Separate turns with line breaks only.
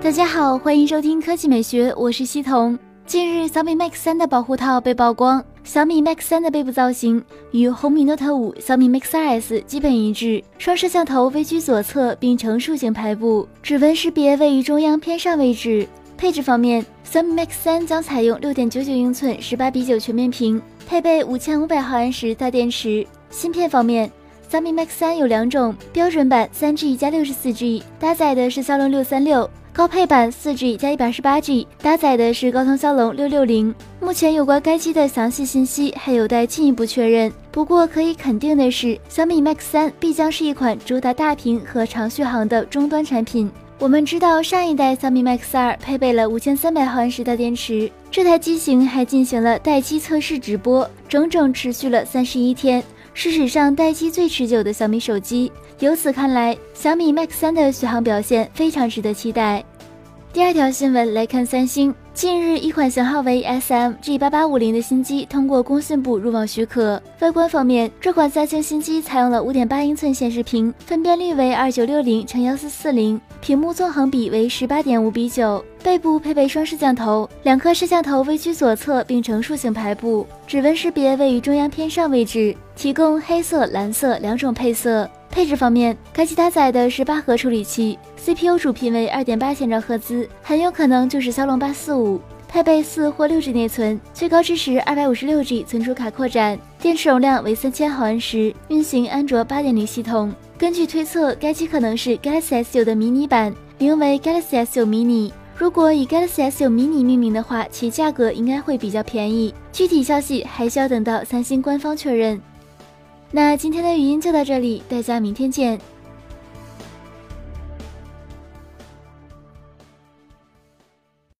大家好，欢迎收听科技美学，我是西彤。近日，小米 Max 3的保护套被曝光，小米 Max 3的背部造型与红米 Note 5、小米 Mix 2S 基本一致，双摄像头位居左侧并呈竖形排布，指纹识别位于中央偏上位置。配置方面，小米 Max 3将采用 6.99 英寸18:9全面屏，配备5500毫安时大电池。芯片方面，小米 Max 3有两种，标准版 3G+64G， 搭载的是骁龙636。高配版 4G 加 128G 搭载的是高通骁龙660。目前有关该机的详细信息还有待进一步确认。不过可以肯定的是，小米 Max 3必将是一款主打大屏和长续航的终端产品。我们知道上一代小米 Max 2配备了5300毫安时大电池，这台机型还进行了待机测试直播，整整持续了31天。是史上待机最持久的小米手机，由此看来，小米 Max 3的续航表现非常值得期待。第二条新闻来看三星，近日一款型号为 SM-G8850 的新机通过工信部入网许可。外观方面，这款三星新机采用了 5.8 英寸显示屏，分辨率为2960×1440，屏幕纵横比为 18.5:9， 背部配备双摄像头，两颗摄像头位居左侧并呈竖形排布，指纹识别位于中央偏上位置，提供黑色、蓝色两种配色。配置方面，该机搭载的是8核处理器 ，CPU 主频为 2.8千兆赫兹，很有可能就是骁龙845，配备4或6G 内存，最高支持 256G 存储卡扩展，电池容量为3000毫安时，运行安卓 8.0 系统。根据推测，该机可能是 Galaxy S9 的迷你版，名为 Galaxy S9 mini。如果以 Galaxy S9 mini 命名的话，其价格应该会比较便宜，具体消息还需要等到三星官方确认。那今天的语音就到这里，大家明天见。